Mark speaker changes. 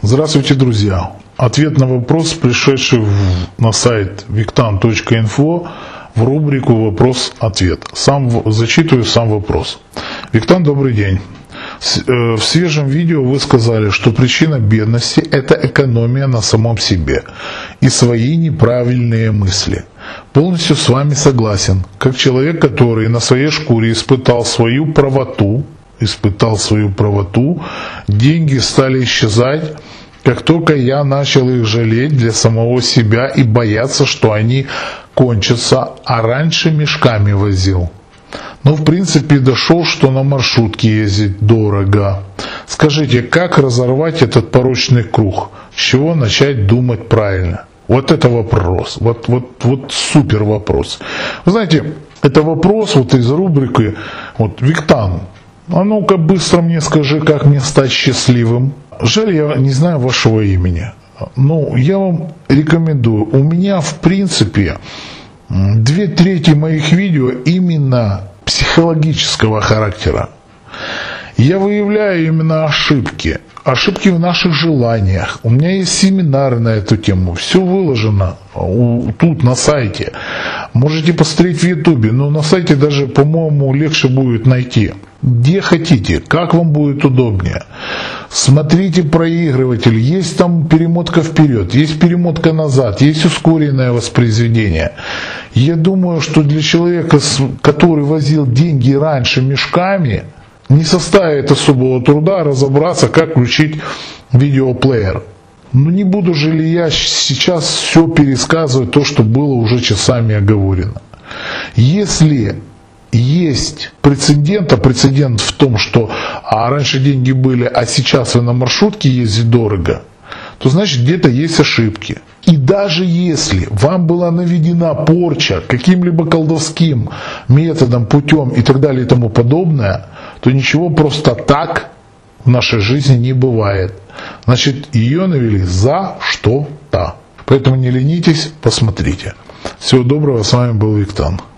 Speaker 1: Здравствуйте, друзья! Ответ на вопрос, пришедший на сайт victan.info в рубрику «Вопрос-ответ». Зачитываю сам вопрос. Виктан, добрый день. В свежем видео вы сказали, что причина бедности – это экономия на самом себе и свои неправильные мысли. Полностью с вами согласен. Как человек, который на своей шкуре испытал свою правоту, деньги стали исчезать, как только я начал их жалеть для самого себя и бояться, что они кончатся, а раньше мешками возил. Но в принципе дошел, что на маршрутке ездить дорого. Скажите, как разорвать этот порочный круг? С чего начать думать правильно? Вот это вопрос. Вот супер вопрос. Вы знаете, это вопрос из рубрики «Виктан, а ну-ка быстро мне скажи, как мне стать счастливым». Жаль, я не знаю вашего имени. Но я вам рекомендую. У меня в принципе 2/3 моих видео именно психологического характера. Я выявляю именно ошибки в наших желаниях. У меня есть семинары на эту тему. Все выложено тут на сайте. Можете посмотреть в Ютубе, но на сайте даже, по-моему, легче будет найти. Где хотите, как вам будет удобнее. Смотрите проигрыватель, есть там перемотка вперед, есть перемотка назад, есть ускоренное воспроизведение. Я думаю, что для человека, который возил деньги раньше мешками, не составит особого труда разобраться, как включить видеоплеер. Но не буду же ли я сейчас все пересказывать то, что было уже часами оговорено. Если есть прецедент в том, что раньше деньги были, а сейчас вы на маршрутке ездите дорого, то значит где-то есть ошибки. И даже если вам была наведена порча каким-либо колдовским методом, путем и так далее и тому подобное, то ничего просто так в нашей жизни не бывает. Значит, ее навели за что-то. Поэтому не ленитесь, посмотрите. Всего доброго, с вами был Виктан.